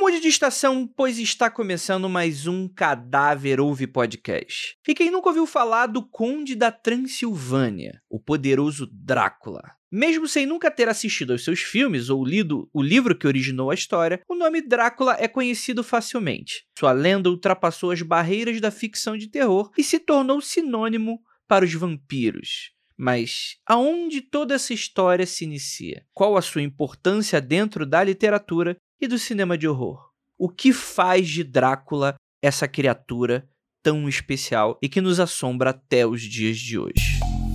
mude de estação, pois está começando mais um Cadáver Ouve Podcast. E quem nunca ouviu falar do Conde da Transilvânia, o poderoso Drácula? Mesmo sem nunca ter assistido aos seus filmes ou lido o livro que originou a história, o nome Drácula é conhecido facilmente. Sua lenda ultrapassou as barreiras da ficção de terror e se tornou sinônimo para os vampiros. Mas aonde toda essa história se inicia? Qual a sua importância dentro da literatura e do cinema de horror? O que faz de Drácula essa criatura tão especial e que nos assombra até os dias de hoje?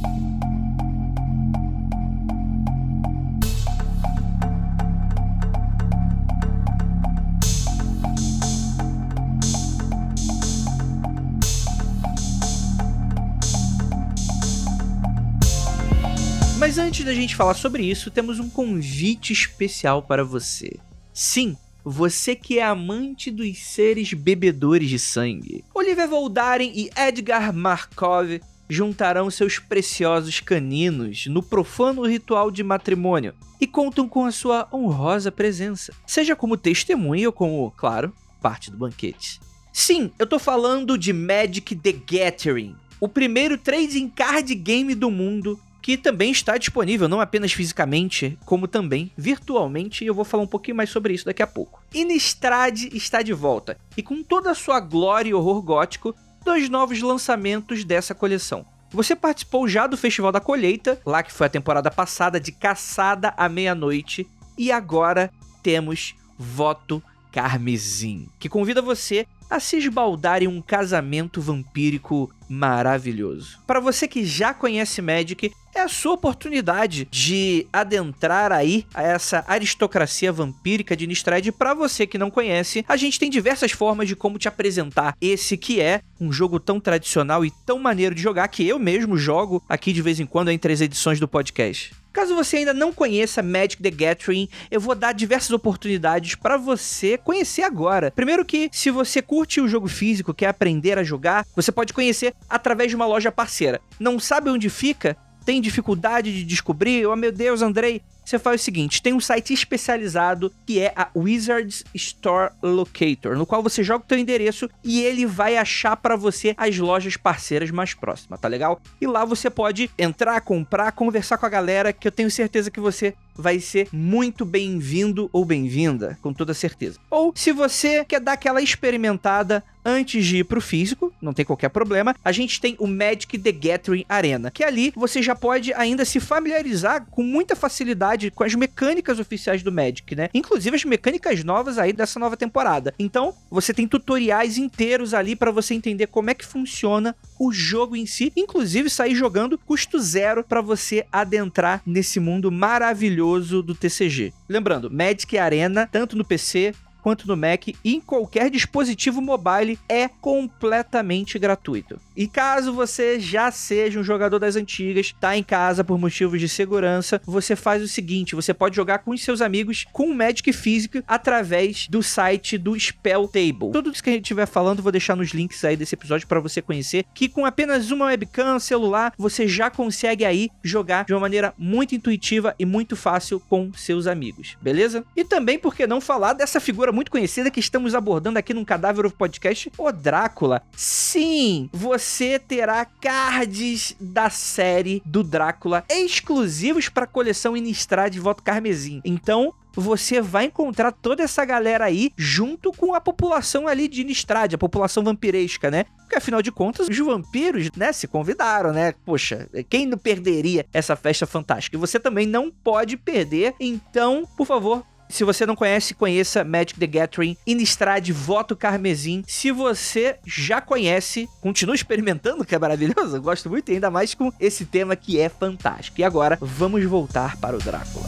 Mas antes da gente falar sobre isso, temos um convite especial para você. Sim, você que é amante dos seres bebedores de sangue. Oliver Voldaren e Edgar Markov juntarão seus preciosos caninos no profano ritual de matrimônio e contam com a sua honrosa presença, seja como testemunha ou como, claro, parte do banquete. Sim, eu tô falando de Magic: The Gathering, o primeiro trading card game do mundo, que também está disponível não apenas fisicamente, como também virtualmente, e eu vou falar um pouquinho mais sobre isso daqui a pouco. Innistrad está de volta, e com toda a sua glória e horror gótico, 2 novos lançamentos dessa coleção. Você participou já do Festival da Colheita, lá que foi a temporada passada de Caçada à Meia-Noite, e agora temos Voto Carmesim, que convida você a se esbaldar em um casamento vampírico maravilhoso. Para você que já conhece Magic, é a sua oportunidade de adentrar aí a essa aristocracia vampírica de Innistrad. Para você que não conhece, a gente tem diversas formas de como te apresentar esse que é um jogo tão tradicional e tão maneiro de jogar, que eu mesmo jogo aqui de vez em quando entre as edições do podcast. Caso você ainda não conheça Magic: The Gathering, eu vou dar diversas oportunidades para você conhecer agora. Primeiro que, se você curte o jogo físico, quer aprender a jogar, você pode conhecer através de uma loja parceira. Não sabe onde fica? Tem dificuldade de descobrir? Oh meu Deus, Andrei! Você faz o seguinte, tem um site especializado que é a Wizards Store Locator, no qual você joga o teu endereço e ele vai achar para você as lojas parceiras mais próximas, tá legal? E lá você pode entrar, comprar, conversar com a galera, que eu tenho certeza que você vai ser muito bem-vindo ou bem-vinda, com toda certeza. Ou, se você quer dar aquela experimentada antes de ir pro físico, não tem qualquer problema, a gente tem o Magic: The Gathering Arena, que ali você já pode ainda se familiarizar com muita facilidade com as mecânicas oficiais do Magic, né? Inclusive as mecânicas novas aí dessa nova temporada. Então, você tem tutoriais inteiros ali para você entender como é que funciona o jogo em si, inclusive sair jogando custo zero para você adentrar nesse mundo maravilhoso do TCG. Lembrando, Magic Arena, tanto no PC quanto no Mac e em qualquer dispositivo mobile, é completamente gratuito. E caso você já seja um jogador das antigas, tá em casa por motivos de segurança, você faz o seguinte, você pode jogar com os seus amigos com o Magic físico através do site do Spell Table. Tudo isso que a gente estiver falando, vou deixar nos links aí desse episódio para você conhecer, que com apenas uma webcam, celular, você já consegue aí jogar de uma maneira muito intuitiva e muito fácil com seus amigos, beleza? E também, por que não falar dessa figura muito conhecida que estamos abordando aqui no Cadáver Ouve Podcast, o Drácula. Sim, você terá cards da série do Drácula exclusivos para a coleção Innistrad Voto Carmesim. Então, você vai encontrar toda essa galera aí junto com a população ali de Innistrad, a população vampiresca, né? Porque afinal de contas, os vampiros, né, se convidaram, né? Poxa, quem não perderia essa festa fantástica? E você também não pode perder, então, por favor, se você não conhece, conheça Magic: The Gathering, Innistrad Voto Carmesim. Se você já conhece, continua experimentando, que é maravilhoso. Eu gosto muito, e ainda mais com esse tema que é fantástico. E agora, vamos voltar para o Drácula.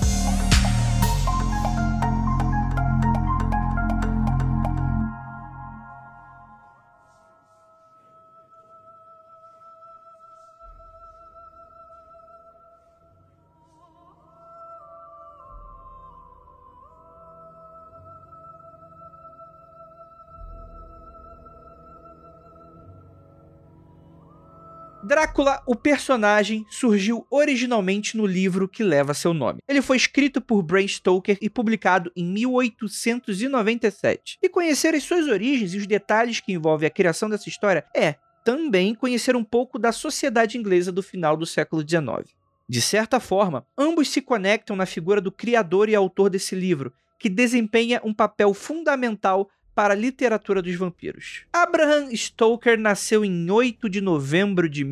Drácula, o personagem, surgiu originalmente no livro que leva seu nome. Ele foi escrito por Bram Stoker e publicado em 1897. E conhecer as suas origens e os detalhes que envolvem a criação dessa história é também conhecer um pouco da sociedade inglesa do final do século XIX. De certa forma, ambos se conectam na figura do criador e autor desse livro, que desempenha um papel fundamental para a literatura dos vampiros. Bram Stoker nasceu em 8 de novembro de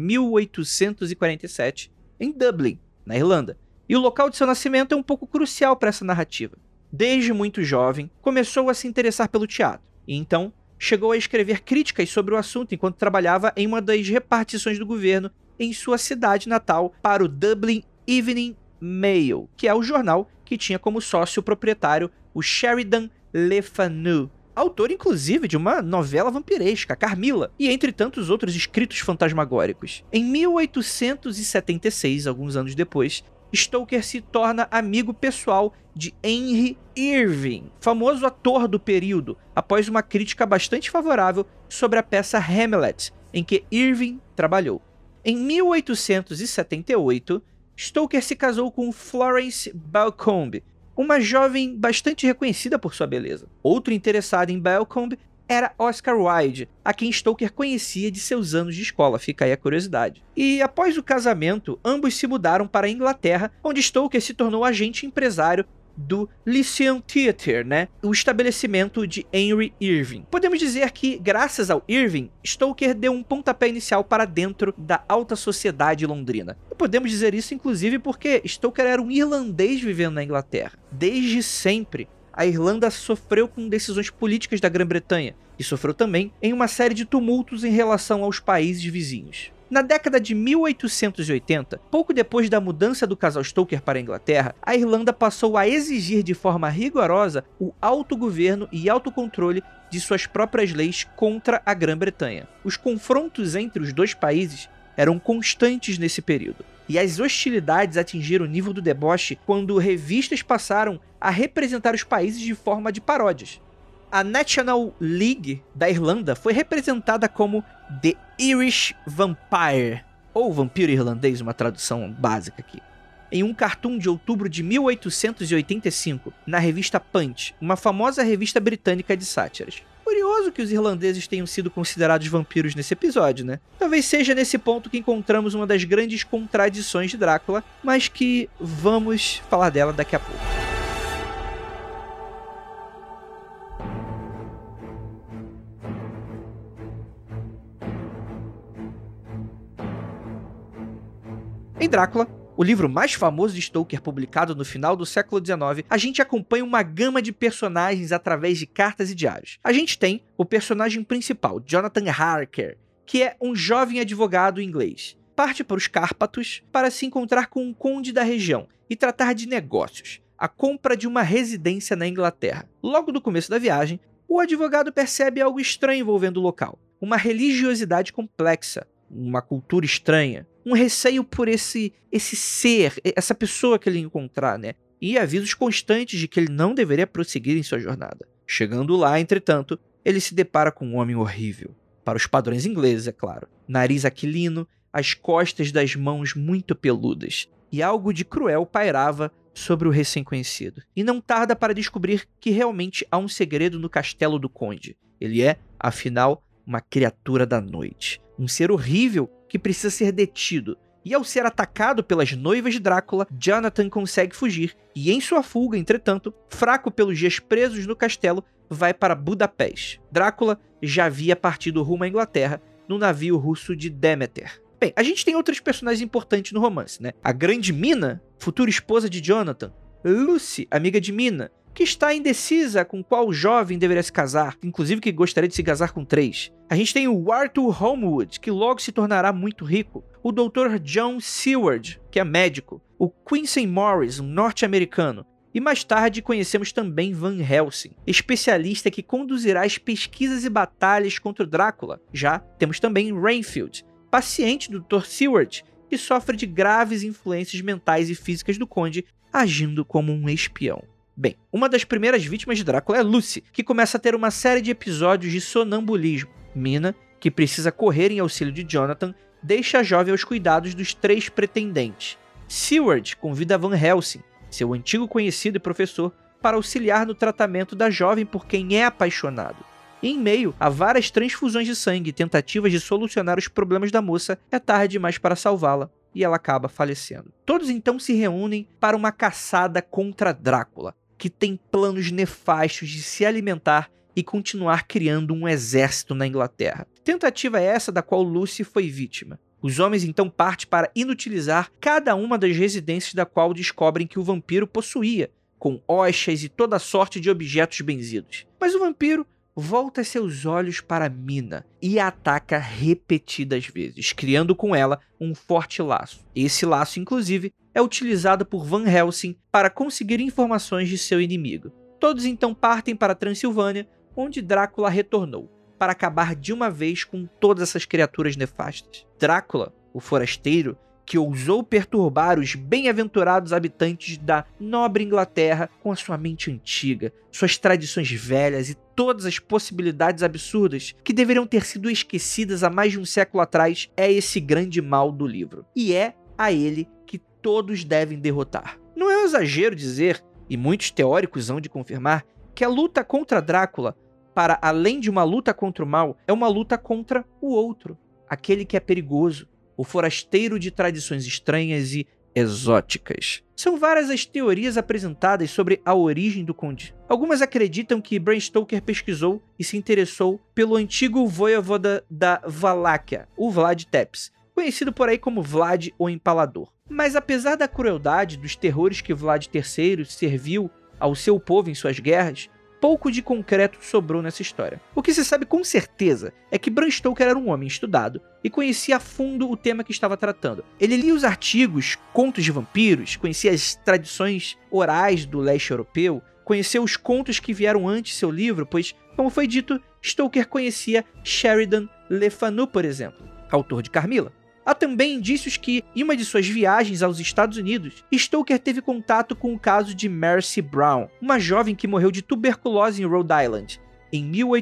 1847, em Dublin, na Irlanda, e o local de seu nascimento é um pouco crucial para essa narrativa. Desde muito jovem, começou a se interessar pelo teatro, e então chegou a escrever críticas sobre o assunto enquanto trabalhava em uma das repartições do governo em sua cidade natal para o Dublin Evening Mail, que é o jornal que tinha como sócio proprietário o Sheridan Le Fanu, autor inclusive de uma novela vampiresca, Carmilla, e entre tantos outros escritos fantasmagóricos. Em 1876, alguns anos depois, Stoker se torna amigo pessoal de Henry Irving, famoso ator do período, após uma crítica bastante favorável sobre a peça Hamlet, em que Irving trabalhou. Em 1878, Stoker se casou com Florence Balcombe, uma jovem bastante reconhecida por sua beleza. Outro interessado em Balcombe era Oscar Wilde, a quem Stoker conhecia de seus anos de escola, fica aí a curiosidade. E após o casamento, ambos se mudaram para a Inglaterra, onde Stoker se tornou agente empresário do Lyceum Theatre, o estabelecimento de Henry Irving. Podemos dizer que, graças ao Irving, Stoker deu um pontapé inicial para dentro da alta sociedade londrina. E podemos dizer isso, inclusive, porque Stoker era um irlandês vivendo na Inglaterra. Desde sempre, a Irlanda sofreu com decisões políticas da Grã-Bretanha e sofreu também em uma série de tumultos em relação aos países vizinhos. Na década de 1880, pouco depois da mudança do casal Stoker para a Inglaterra, a Irlanda passou a exigir de forma rigorosa o autogoverno e autocontrole de suas próprias leis contra a Grã-Bretanha. Os confrontos entre os dois países eram constantes nesse período, e as hostilidades atingiram o nível do deboche quando revistas passaram a representar os países de forma de paródias. A National League da Irlanda foi representada como The Irish Vampire, ou Vampiro Irlandês, uma tradução básica aqui, em um cartoon de outubro de 1885, na revista Punch, uma famosa revista britânica de sátiras. Curioso que os irlandeses tenham sido considerados vampiros nesse episódio, né? Talvez seja nesse ponto que encontramos uma das grandes contradições de Drácula, mas que vamos falar dela daqui a pouco. Em Drácula, o livro mais famoso de Stoker, publicado no final do século XIX, a gente acompanha uma gama de personagens através de cartas e diários. A gente tem o personagem principal, Jonathan Harker, que é um jovem advogado inglês. Parte para os Cárpatos para se encontrar com um conde da região e tratar de negócios, a compra de uma residência na Inglaterra. Logo no começo da viagem, o advogado percebe algo estranho envolvendo o local. Uma religiosidade complexa, uma cultura estranha, um receio por esse ser, essa pessoa que ele encontrar, e avisos constantes de que ele não deveria prosseguir em sua jornada. Chegando lá, entretanto, ele se depara com um homem horrível, para os padrões ingleses, é claro. Nariz aquilino, as costas das mãos muito peludas, e algo de cruel pairava sobre o recém-conhecido. E não tarda para descobrir que realmente há um segredo no castelo do conde. Ele é, afinal, uma criatura da noite. Um ser horrível que precisa ser detido. E ao ser atacado pelas noivas de Drácula, Jonathan consegue fugir. E em sua fuga, entretanto, fraco pelos dias presos no castelo, vai para Budapeste. Drácula já havia partido rumo à Inglaterra no navio russo de Demeter. Bem, a gente tem outros personagens importantes no romance, A grande Mina, futura esposa de Jonathan. Lucy, amiga de Mina, que está indecisa com qual jovem deveria se casar, inclusive que gostaria de se casar com 3. A gente tem o Arthur Holmwood, que logo se tornará muito rico, o Dr. John Seward, que é médico, o Quincy Morris, um norte-americano, e mais tarde conhecemos também Van Helsing, especialista que conduzirá as pesquisas e batalhas contra o Drácula. Já temos também Renfield, paciente do Dr. Seward, que sofre de graves influências mentais e físicas do conde, agindo como um espião. Bem, uma das primeiras vítimas de Drácula é Lucy, que começa a ter uma série de episódios de sonambulismo. Mina, que precisa correr em auxílio de Jonathan, deixa a jovem aos cuidados dos 3 pretendentes. Seward convida Van Helsing, seu antigo conhecido e professor, para auxiliar no tratamento da jovem por quem é apaixonado. E em meio a várias transfusões de sangue e tentativas de solucionar os problemas da moça, é tarde demais para salvá-la e ela acaba falecendo. Todos então se reúnem para uma caçada contra Drácula, que tem planos nefastos de se alimentar e continuar criando um exército na Inglaterra. Tentativa essa da qual Lucy foi vítima. Os homens então partem para inutilizar cada uma das residências da qual descobrem que o vampiro possuía, com hoxas e toda sorte de objetos benzidos. Mas o vampiro volta seus olhos para Mina e a ataca repetidas vezes, criando com ela um forte laço. Esse laço, inclusive, é utilizado por Van Helsing para conseguir informações de seu inimigo. Todos então partem para Transilvânia, onde Drácula retornou, para acabar de uma vez com todas essas criaturas nefastas. Drácula, o forasteiro, que ousou perturbar os bem-aventurados habitantes da nobre Inglaterra com a sua mente antiga, suas tradições velhas e todas as possibilidades absurdas que deveriam ter sido esquecidas há mais de um século atrás, é esse grande mal do livro. E é a ele que todos devem derrotar. Não é um exagero dizer, e muitos teóricos hão de confirmar, que a luta contra Drácula, para além de uma luta contra o mal, é uma luta contra o outro, aquele que é perigoso, o forasteiro de tradições estranhas e exóticas. São várias as teorias apresentadas sobre a origem do Conde. Algumas acreditam que Bram Stoker pesquisou e se interessou pelo antigo voivoda da Valáquia, o Vlad Tepes, conhecido por aí como Vlad o Empalador. Mas apesar da crueldade dos terrores que Vlad III serviu ao seu povo em suas guerras, pouco de concreto sobrou nessa história. O que se sabe com certeza é que Bram Stoker era um homem estudado e conhecia a fundo o tema que estava tratando. Ele lia os artigos, contos de vampiros, conhecia as tradições orais do leste europeu, conheceu os contos que vieram antes de seu livro, pois, como foi dito, Stoker conhecia Sheridan Le Fanu, por exemplo, autor de Carmilla. Há também indícios que, em uma de suas viagens aos Estados Unidos, Stoker teve contato com o caso de Mercy Brown, uma jovem que morreu de tuberculose em Rhode Island, em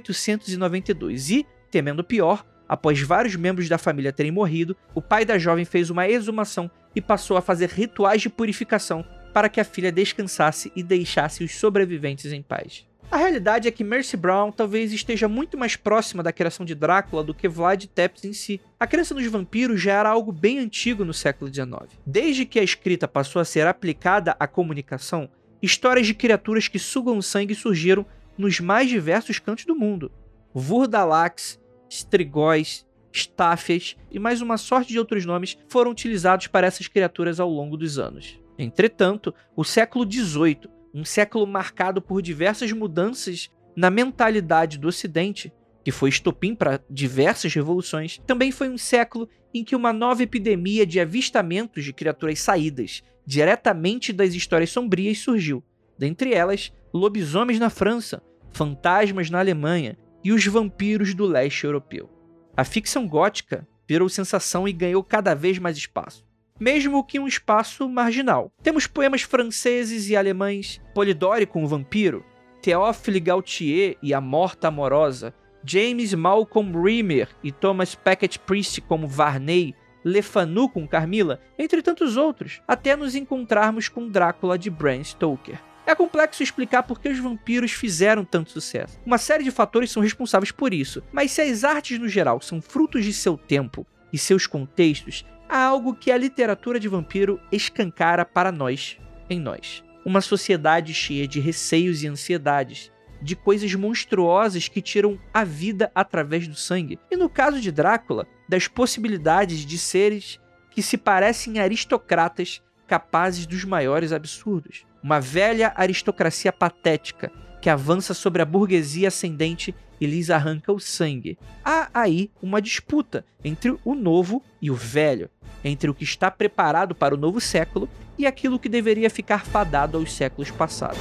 1892 e, temendo o pior, após vários membros da família terem morrido, o pai da jovem fez uma exumação e passou a fazer rituais de purificação para que a filha descansasse e deixasse os sobreviventes em paz. A realidade é que Mercy Brown talvez esteja muito mais próxima da criação de Drácula do que Vlad Tepes em si. A crença nos vampiros já era algo bem antigo no século XIX. Desde que a escrita passou a ser aplicada à comunicação, histórias de criaturas que sugam sangue surgiram nos mais diversos cantos do mundo. Vurdalax, Strigóis, Stáfias e mais uma sorte de outros nomes foram utilizados para essas criaturas ao longo dos anos. Entretanto, o século XVIII, um século marcado por diversas mudanças na mentalidade do Ocidente, que foi estopim para diversas revoluções, também foi um século em que uma nova epidemia de avistamentos de criaturas saídas diretamente das histórias sombrias surgiu. Dentre elas, lobisomens na França, fantasmas na Alemanha e os vampiros do leste europeu. A ficção gótica virou sensação e ganhou cada vez mais espaço, mesmo que um espaço marginal. Temos poemas franceses e alemães, Polidori com o vampiro, Théophile Gautier e a Morta Amorosa, James Malcolm Rimmer e Thomas Becket Priest como Varney, Le Fanu com Carmilla, entre tantos outros, até nos encontrarmos com Drácula de Bram Stoker. É complexo explicar por que os vampiros fizeram tanto sucesso. Uma série de fatores são responsáveis por isso, mas se as artes no geral são frutos de seu tempo e seus contextos, há algo que a literatura de vampiro escancara para nós, em nós. Uma sociedade cheia de receios e ansiedades, de coisas monstruosas que tiram a vida através do sangue. E no caso de Drácula, das possibilidades de seres que se parecem aristocratas capazes dos maiores absurdos. Uma velha aristocracia patética que avança sobre a burguesia ascendente e lhes arranca o sangue. Há aí uma disputa entre o novo e o velho, entre o que está preparado para o novo século e aquilo que deveria ficar fadado aos séculos passados.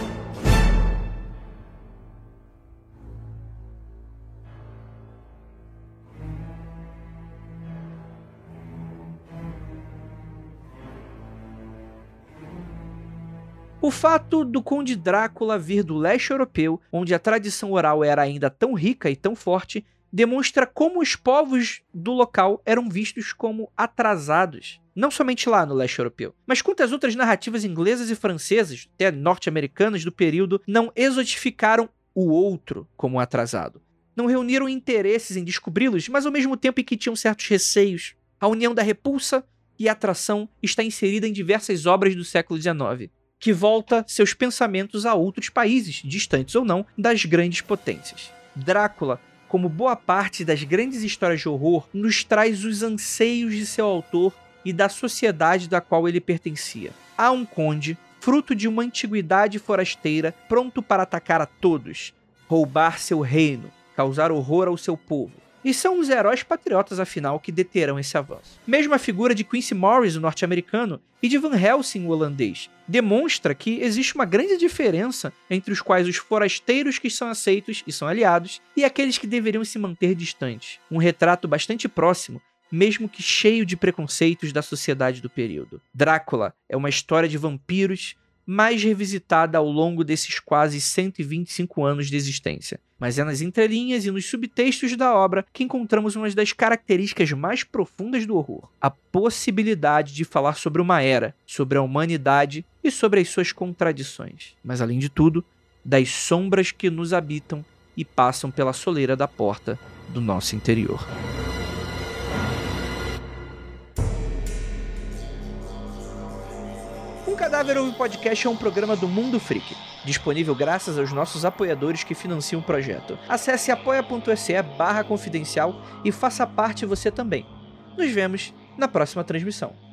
O fato do Conde Drácula vir do leste europeu, onde a tradição oral era ainda tão rica e tão forte, demonstra como os povos do local eram vistos como atrasados. Não somente lá no leste europeu, mas quantas outras narrativas inglesas e francesas, até norte-americanas do período, não exotificaram o outro como atrasado. Não reuniram interesses em descobri-los, mas ao mesmo tempo em que tinham certos receios. A união da repulsa e atração está inserida em diversas obras do século XIX, que volta seus pensamentos a outros países, distantes ou não, das grandes potências. Drácula, como boa parte das grandes histórias de horror, nos traz os anseios de seu autor e da sociedade da qual ele pertencia. Há um conde, fruto de uma antiguidade forasteira, pronto para atacar a todos, roubar seu reino, causar horror ao seu povo. E são os heróis patriotas, afinal, que deterão esse avanço. Mesmo a figura de Quincy Morris, o norte-americano, e de Van Helsing, o holandês, demonstra que existe uma grande diferença entre os quais os forasteiros que são aceitos e são aliados, e aqueles que deveriam se manter distantes. Um retrato bastante próximo, mesmo que cheio de preconceitos da sociedade do período. Drácula é uma história de vampiros mais revisitada ao longo desses quase 125 anos de existência. Mas é nas entrelinhas e nos subtextos da obra que encontramos uma das características mais profundas do horror: a possibilidade de falar sobre uma era, sobre a humanidade e sobre as suas contradições. Mas, além de tudo, das sombras que nos habitam e passam pela soleira da porta do nosso interior. Um Cadáver Ouve Podcast é um programa do Mundo Freak, disponível graças aos nossos apoiadores que financiam o projeto. Acesse apoia.se/confidencial e faça parte você também. Nos vemos na próxima transmissão.